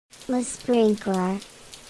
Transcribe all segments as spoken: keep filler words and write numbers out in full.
Le sprinkler.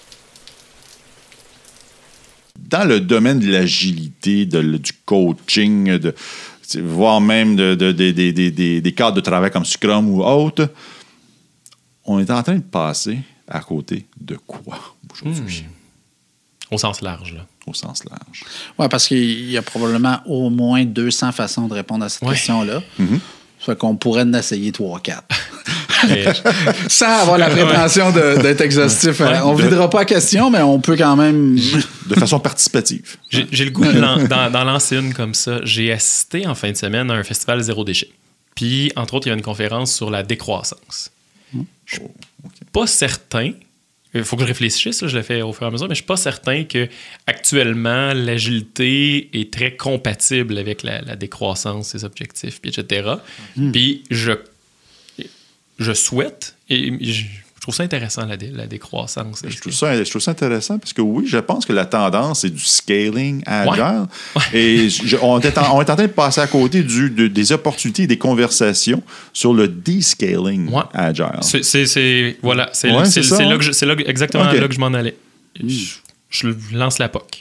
Dans le domaine de l'agilité, de, du coaching, de, voire même de, de, de, de, de, de, des cadres de travail comme Scrum ou autre, on est en train de passer à côté de quoi aujourd'hui? Mmh. Au sens large, là. Au sens large. Oui, parce qu'il y a probablement au moins deux cents façons de répondre à cette ouais. question-là. Mm-hmm. Ça fait qu'on pourrait en essayer trois, quatre. Sans avoir la prétention de, d'être exhaustif. Ouais. On ne videra pas la question, mais on peut quand même... De façon participative. J'ai, j'ai le goût de lan- d'en, d'en lancer une comme ça. J'ai assisté en fin de semaine à un festival zéro déchet. Puis, entre autres, il y a une conférence sur la décroissance. Mm. Je suis oh, okay. pas certain... Il faut que je réfléchisse, là, je le fais au fur et à mesure, mais je ne suis pas certain qu'actuellement, l'agilité est très compatible avec la, la décroissance, ses objectifs, et cetera. Mm. Puis je, je souhaite, et je, je trouve ça intéressant, la, dé, la décroissance. Je trouve, ça, je trouve ça intéressant parce que oui, je pense que la tendance, c'est du scaling agile. Ouais. Ouais. Et je, on, est en, on est en train de passer à côté du, de, des opportunités et des conversations sur le descaling ouais. agile. C'est, c'est, c'est, voilà, c'est, ouais, c'est, c'est, c'est, là que je, c'est là, exactement okay. là que je m'en allais. Mm. Je, je lance la P O C.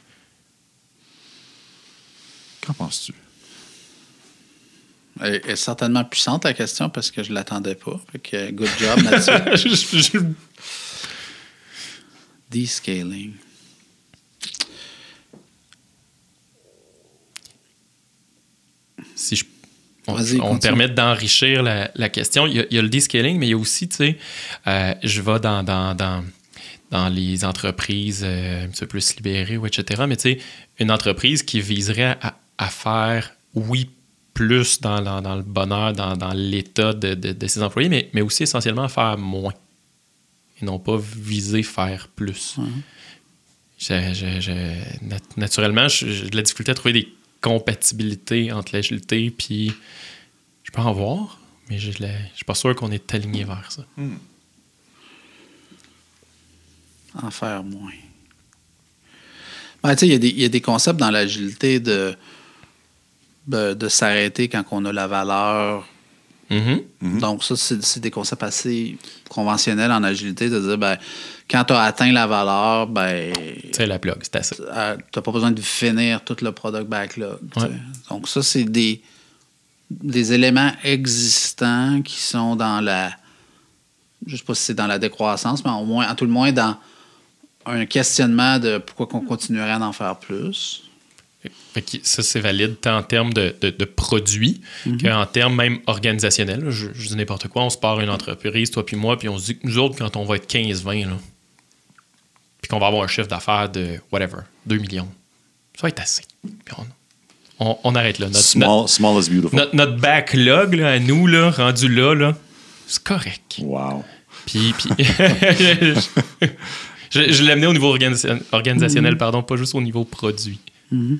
Qu'en penses-tu? Elle est certainement puissante, la question, parce que je ne l'attendais pas. Fait que, good job, Mathieu. Descaling. Si je, on, on me permet d'enrichir la, la question, il y, a, il y a le descaling, mais il y a aussi, tu sais, euh, je vais dans, dans, dans, dans les entreprises euh, un petit peu plus libérées, et cetera, mais tu sais, une entreprise qui viserait à, à faire, oui, plus dans, dans, dans le bonheur, dans, dans l'état de, de, de ses employés, mais, mais aussi essentiellement faire moins. Et non pas viser faire plus. Mm-hmm. Je, je, je, nat- naturellement, j'ai de la difficulté à trouver des compatibilités entre l'agilité, puis je peux en voir, mais je ne suis pas sûr qu'on est aligné vers ça. Mm. En faire moins. Ben, tu sais, il y, y a des concepts dans l'agilité de... De, de s'arrêter quand on a la valeur. Mm-hmm. Mm-hmm. Donc, ça, c'est, c'est des concepts assez conventionnels en agilité, de dire, ben, quand tu as atteint la valeur, ben... C'est la plug, c'est assez. Tu n'as pas besoin de finir tout le product backlog. Ouais. Donc, ça, c'est des, des éléments existants qui sont dans la... Je ne sais pas si c'est dans la décroissance, mais au moins, à tout le moins, dans un questionnement de pourquoi on continuerait à en faire plus. Fait que ça, c'est valide tant en termes de, de, de produits mm-hmm. qu'en termes même organisationnels. Je, je dis n'importe quoi, on se part une entreprise, toi puis moi, puis on se dit que nous autres, quand on va être quinze vingt, là, puis qu'on va avoir un chiffre d'affaires de, whatever, deux millions, ça va être assez. Puis on, on, on arrête là. Notre, small, notre, small is beautiful. Notre, notre backlog, là, à nous, là, rendu là, là, c'est correct. Wow. Puis... puis je, je l'ai amené au niveau organisa- organisationnel, mm-hmm. pardon, pas juste au niveau produit. Mm-hmm.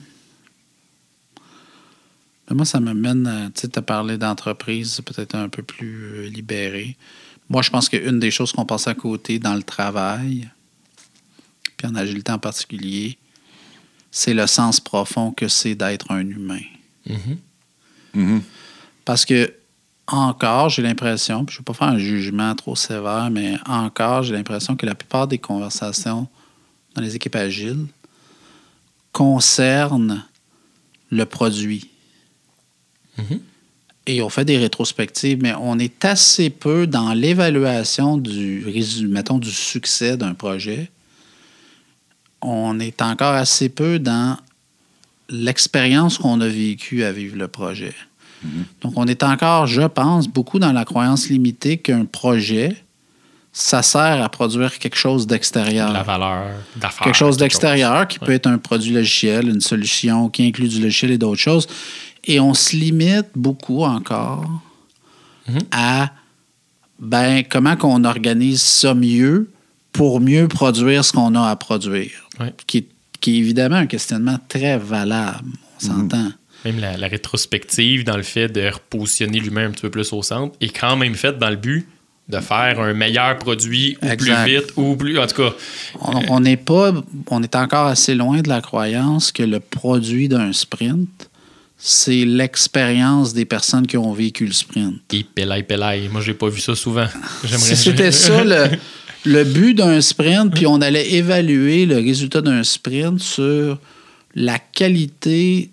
Moi, ça m'amène, tu sais, tu as parlé d'entreprise peut-être un peu plus euh, libérée. Moi, je pense qu'une des choses qu'on passe à côté dans le travail, puis en agilité en particulier, c'est le sens profond que c'est d'être un humain. Mm-hmm. Mm-hmm. Parce que, encore, j'ai l'impression, puis je ne vais pas faire un jugement trop sévère, mais encore, j'ai l'impression que la plupart des conversations dans les équipes agiles concernent le produit. Mm-hmm. Et on fait des rétrospectives, mais on est assez peu dans l'évaluation du, mettons, du succès d'un projet. On est encore assez peu dans l'expérience qu'on a vécue à vivre le projet. Mm-hmm. Donc, on est encore, je pense, beaucoup dans la croyance limitée qu'un projet, ça sert à produire quelque chose d'extérieur. De la valeur d'affaires. Quelque chose d'extérieur chose. qui ouais. peut être un produit logiciel, une solution qui inclut du logiciel et d'autres choses. Et on se limite beaucoup encore mm-hmm. à ben, comment qu'on organise ça mieux pour mieux produire ce qu'on a à produire. Ouais. Qui, est, qui est évidemment un questionnement très valable, on mm-hmm. s'entend. Même la, la rétrospective dans le fait de repositionner l'humain un petit peu plus au centre est quand même faite dans le but de faire un meilleur produit ou exact. Plus vite ou plus... En tout cas... On, on n'est pas... On est encore assez loin de la croyance que le produit d'un sprint, c'est l'expérience des personnes qui ont vécu le sprint. Et pélaille, pélaille. Moi, j'ai pas vu ça souvent. J'aimerais... Si c'était ça, le, le but d'un sprint, puis on allait évaluer le résultat d'un sprint sur la qualité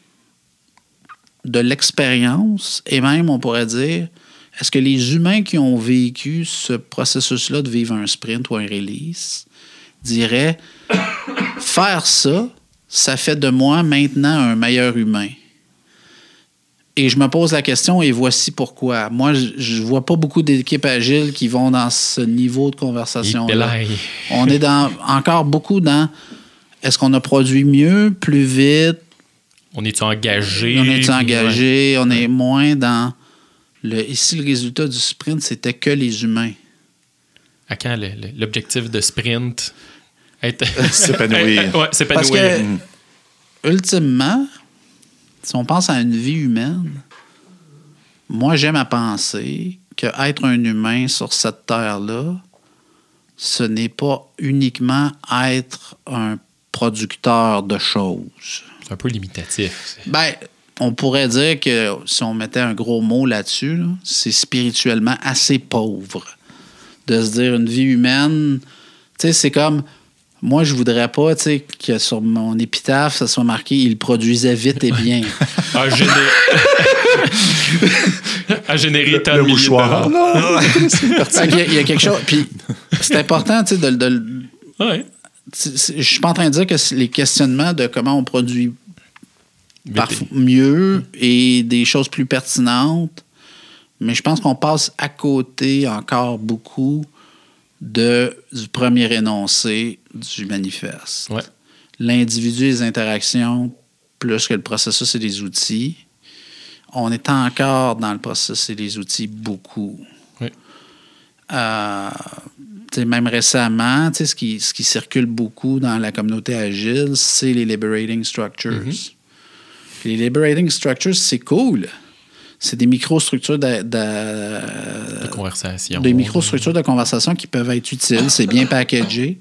de l'expérience, et même, on pourrait dire, est-ce que les humains qui ont vécu ce processus-là de vivre un sprint ou un release diraient faire ça, ça fait de moi maintenant un meilleur humain. Et je me pose la question, et voici pourquoi. Moi, je ne vois pas beaucoup d'équipes agiles qui vont dans ce niveau de conversation-là. On est dans, encore beaucoup dans est-ce qu'on a produit mieux, plus vite? On est-tu engagé? On est-tu engagé? Ouais. On est moins dans... Le, ici, le résultat du sprint, c'était que les humains. À quand le, le, l'objectif de sprint? Être... s'épanouir. Ouais, s'épanouir. Parce que, mmh. ultimement, si on pense à une vie humaine, moi, j'aime à penser qu'être un humain sur cette terre-là, ce n'est pas uniquement être un producteur de choses. C'est un peu limitatif. Ben, on pourrait dire que si on mettait un gros mot là-dessus, là, c'est spirituellement assez pauvre. De se dire une vie humaine, tu sais, c'est comme... Moi, je voudrais pas, tu sais, que sur mon épitaphe, ça soit marqué « Il produisait vite et bien ». À générer... à générer tant de mouchoir. Il y, a, il y a quelque chose... Puis c'est important, tu sais, de... de ouais. Je suis pas en train de dire que les questionnements de comment on produit parfois mieux et des choses plus pertinentes, mais je pense qu'on passe à côté encore beaucoup de, du premier énoncé du manifeste. Ouais. L'individu et les interactions, plus que le processus et les outils. On est encore dans le processus et les outils beaucoup. Oui. Euh, même récemment, ce qui, ce qui circule beaucoup dans la communauté agile, c'est les liberating structures. Mm-hmm. Les liberating structures, c'est cool. C'est des microstructures de, de, de conversation. Des microstructures de conversation qui peuvent être utiles. C'est bien packagé.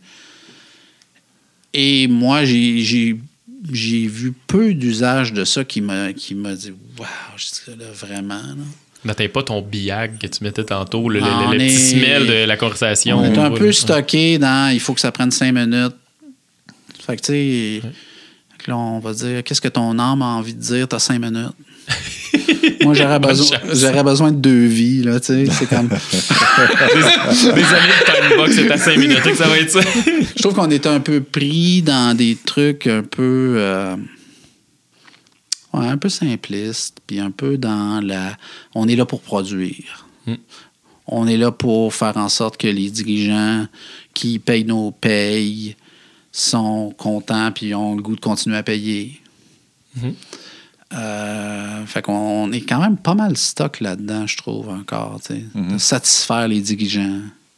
Et moi, j'ai, j'ai, j'ai vu peu d'usage de ça qui m'a, qui m'a dit « Wow, je dis là, vraiment. » Mais t'avais pas ton biag que tu mettais tantôt, le, le, le, le petit smell de la conversation. On est un peu stocké dans « Il faut que ça prenne cinq minutes. » Fait que tu sais, ouais. Là, on va dire « Qu'est-ce que ton âme a envie de dire? T'as cinq minutes. » Moi, j'aurais besoin, j'aurais besoin de deux vies, là, tu sais, c'est comme... des, des années de timebox, c'est à cinq minutes que ça va être ça. Je trouve qu'on est un peu pris dans des trucs un peu... Euh, ouais, un peu simplistes, puis un peu dans la... On est là pour produire. Mm. On est là pour faire en sorte que les dirigeants qui payent nos payes sont contents puis ont le goût de continuer à payer. Mm-hmm. Euh, fait qu'on est quand même pas mal stock là-dedans, je trouve, encore, tu sais, mm-hmm. de satisfaire les dirigeants.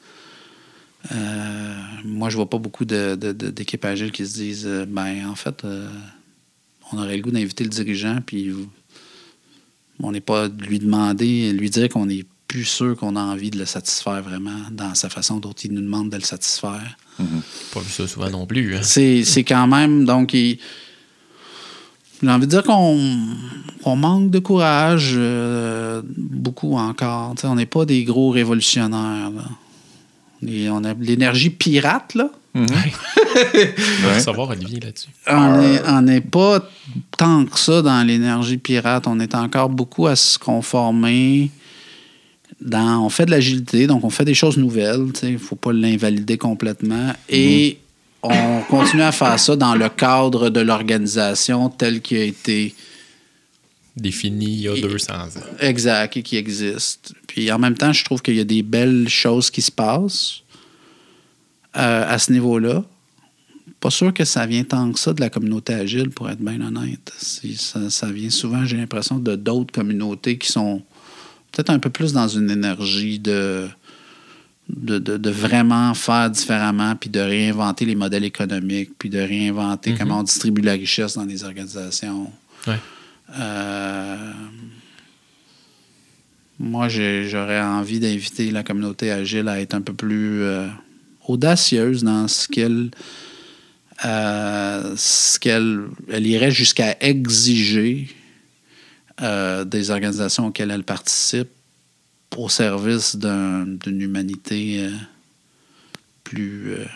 Euh, moi, je vois pas beaucoup de, de, de, d'équipes agiles qui se disent euh, ben, en fait, euh, on aurait le goût d'inviter le dirigeant, puis on n'est pas de lui demander, lui dire qu'on n'est plus sûr qu'on a envie de le satisfaire vraiment dans sa façon dont il nous demande de le satisfaire. Mm-hmm. Pas vu ça souvent non plus. Hein? C'est, c'est quand même, donc, il, j'ai envie de dire qu'on, qu'on manque de courage euh, beaucoup encore. T'sais, on n'est pas des gros révolutionnaires. Là. Et on a l'énergie pirate, là. Mm-hmm. On va savoir, Olivier, là-dessus. On n'est pas tant que ça dans l'énergie pirate. On est encore beaucoup à se conformer. Dans, on fait de l'agilité, donc on fait des choses nouvelles. Il ne faut pas l'invalider complètement. Et mm-hmm. on continue à faire ça dans le cadre de l'organisation tel qu'il a été défini il y a deux cents ans. Exact, et qui existe. Puis en même temps, je trouve qu'il y a des belles choses qui se passent euh, à ce niveau-là. Pas sûr que ça vient tant que ça de la communauté agile, pour être bien honnête. C'est, ça, ça vient souvent, j'ai l'impression, de d'autres communautés qui sont peut-être un peu plus dans une énergie de... De, de, de vraiment faire différemment, puis de réinventer les modèles économiques, puis de réinventer mm-hmm. comment on distribue la richesse dans les organisations. Ouais. Euh, moi, j'ai, j'aurais envie d'inviter la communauté agile à être un peu plus euh, audacieuse dans ce qu'elle... Euh, ce qu'elle elle irait jusqu'à exiger euh, des organisations auxquelles elle participe au service d'un, d'une humanité euh, plus, euh,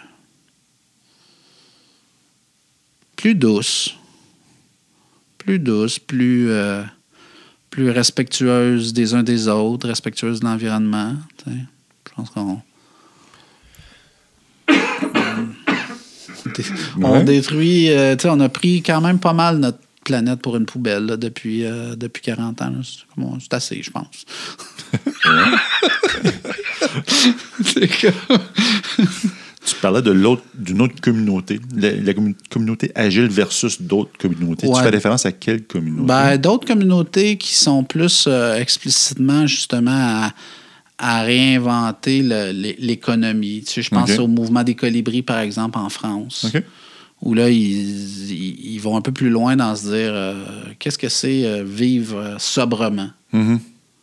plus douce. Plus douce, plus, euh, plus respectueuse des uns des autres, respectueuse de l'environnement. T'sais. Je pense qu'on... on ouais. détruit... Euh, on a pris quand même pas mal notre planète pour une poubelle là, depuis, euh, depuis quarante ans. Là. C'est, comme, c'est assez, je pense. C'est comme... Tu parlais de l'autre, d'une autre communauté, la, la communauté agile versus d'autres communautés. Ouais. Tu fais référence à quelle communauté? Ben, d'autres communautés qui sont plus euh, explicitement justement à, à réinventer le, l'économie. Tu sais, je pense okay. au mouvement des colibris, par exemple, en France. Okay. Où là, ils, ils, ils vont un peu plus loin dans se dire euh, qu'est-ce que c'est euh, vivre euh, sobrement. Mm-hmm.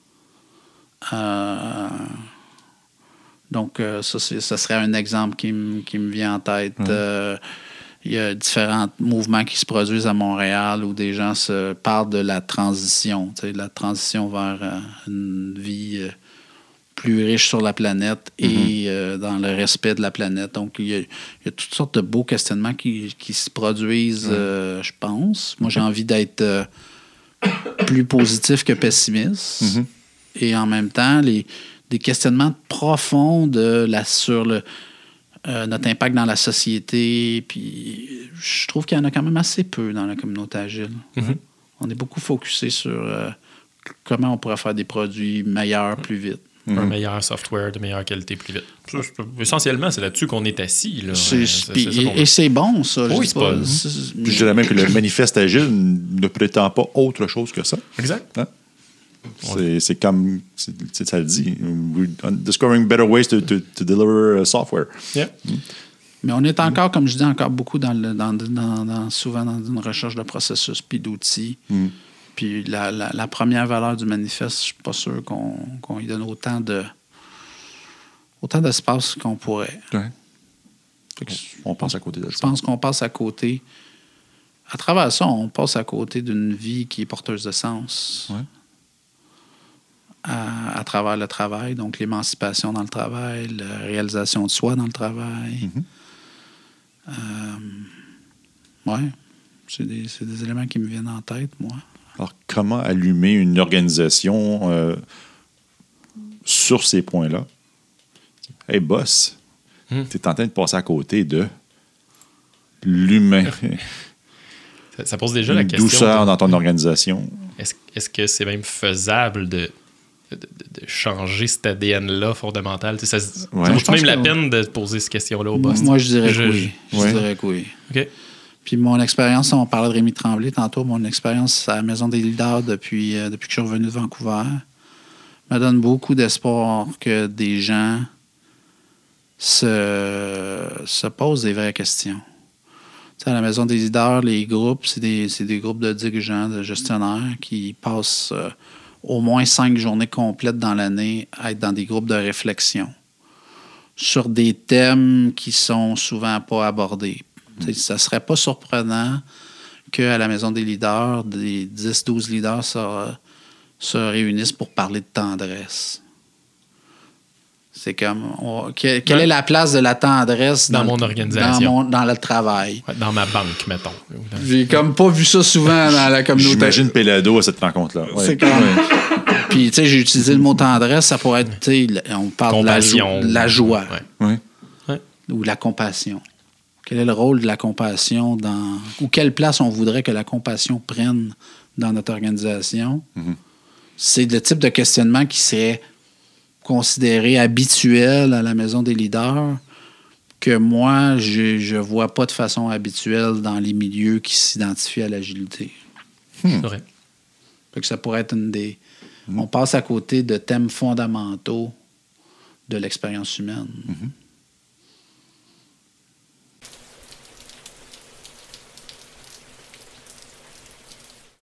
Euh, donc, euh, ça, c'est, ça serait un exemple qui, m- qui me vient en tête. Il mm-hmm. euh, y a différents mouvements qui se produisent à Montréal où des gens se parlent de la transition, tu sais, la transition vers euh, une vie euh, plus riche sur la planète et mm-hmm. euh, dans le respect de la planète. Donc, il y, y a toutes sortes de beaux questionnements qui, qui se produisent, mm-hmm. euh, je pense. Moi, j'ai envie d'être euh, plus positif que pessimiste. Mm-hmm. Et en même temps, les, des questionnements profonds de la, sur le, euh, notre impact dans la société. Puis, je trouve qu'il y en a quand même assez peu dans la communauté agile. Mm-hmm. On est beaucoup focusé sur euh, comment on pourrait faire des produits meilleurs plus vite. Mm-hmm. Un meilleur software de meilleure qualité plus vite. Ça, c'est, essentiellement, c'est là-dessus qu'on est assis. Là. C'est, c'est, c'est et, et c'est bon, ça. Oui, c'est pas... pas c'est, je dirais même que le manifeste agile ne prétend pas autre chose que ça. Exact. Hein? C'est, c'est comme c'est, c'est, ça le dit. We're discovering better ways to, to, to deliver software. Yeah. Mm. Mais on est encore, comme je dis, encore beaucoup dans le, dans, dans, dans, souvent dans une recherche de processus puis d'outils. Mm. Puis la, la, la première valeur du manifeste, je ne suis pas sûr qu'on, qu'on y donne autant de autant d'espace qu'on pourrait. Ouais. On passe à côté de ça. Je pense qu'on passe à côté. À travers ça, on passe à côté d'une vie qui est porteuse de sens. Ouais. À, à travers le travail, donc l'émancipation dans le travail, la réalisation de soi dans le travail. Mm-hmm. Euh, ouais, c'est des, c'est des éléments qui me viennent en tête, moi. Alors, comment allumer une organisation euh, sur ces points-là? Hey, boss, mm. tu es en train de passer à côté de l'humain. ça, ça pose déjà une la question. Douceur de... dans ton organisation. Est-ce, est-ce que c'est même faisable de... De, de, de changer cet A D N-là fondamental? Ça, ça ouais. vaut même la peine de poser cette question-là au boss? Moi, je dirais je, que oui. Je, je ouais. dirais que oui. OK. Puis mon expérience, on parlait de Rémi Tremblay tantôt, mon expérience à la Maison des leaders depuis, euh, depuis que je suis revenu de Vancouver me donne beaucoup d'espoir que des gens se, se posent des vraies questions. Tu sais, à la Maison des leaders, les groupes, c'est des, c'est des groupes de dirigeants, de gestionnaires qui passent... Euh, au moins cinq journées complètes dans l'année à être dans des groupes de réflexion sur des thèmes qui sont souvent pas abordés. Mmh. Ça ne serait pas surprenant qu'à la Maison des leaders, des dix douze leaders se, se réunissent pour parler de tendresse. C'est comme... On, que, quelle ouais. est la place de la tendresse dans, dans mon le, organisation? Dans, mon, dans le travail. Ouais, dans ma banque, mettons. J'ai comme pas vu ça souvent dans la communauté. J'imagine Pelado à cette rencontre-là. Ouais. C'est comme... Ouais. Puis, tu sais, j'ai utilisé le mot tendresse, ça pourrait être, tu sais, on parle de la, jo- de la joie. Ouais. Ouais. Ouais. Ou la compassion. Quel est le rôle de la compassion dans... Ou quelle place on voudrait que la compassion prenne dans notre organisation? Mm-hmm. C'est le type de questionnement qui serait considéré habituel à la Maison des leaders que moi, je ne vois pas de façon habituelle dans les milieux qui s'identifient à l'agilité. Hmm. C'est vrai. Fait que ça pourrait être une des... Mm-hmm. On passe à côté de thèmes fondamentaux de l'expérience humaine. Mm-hmm.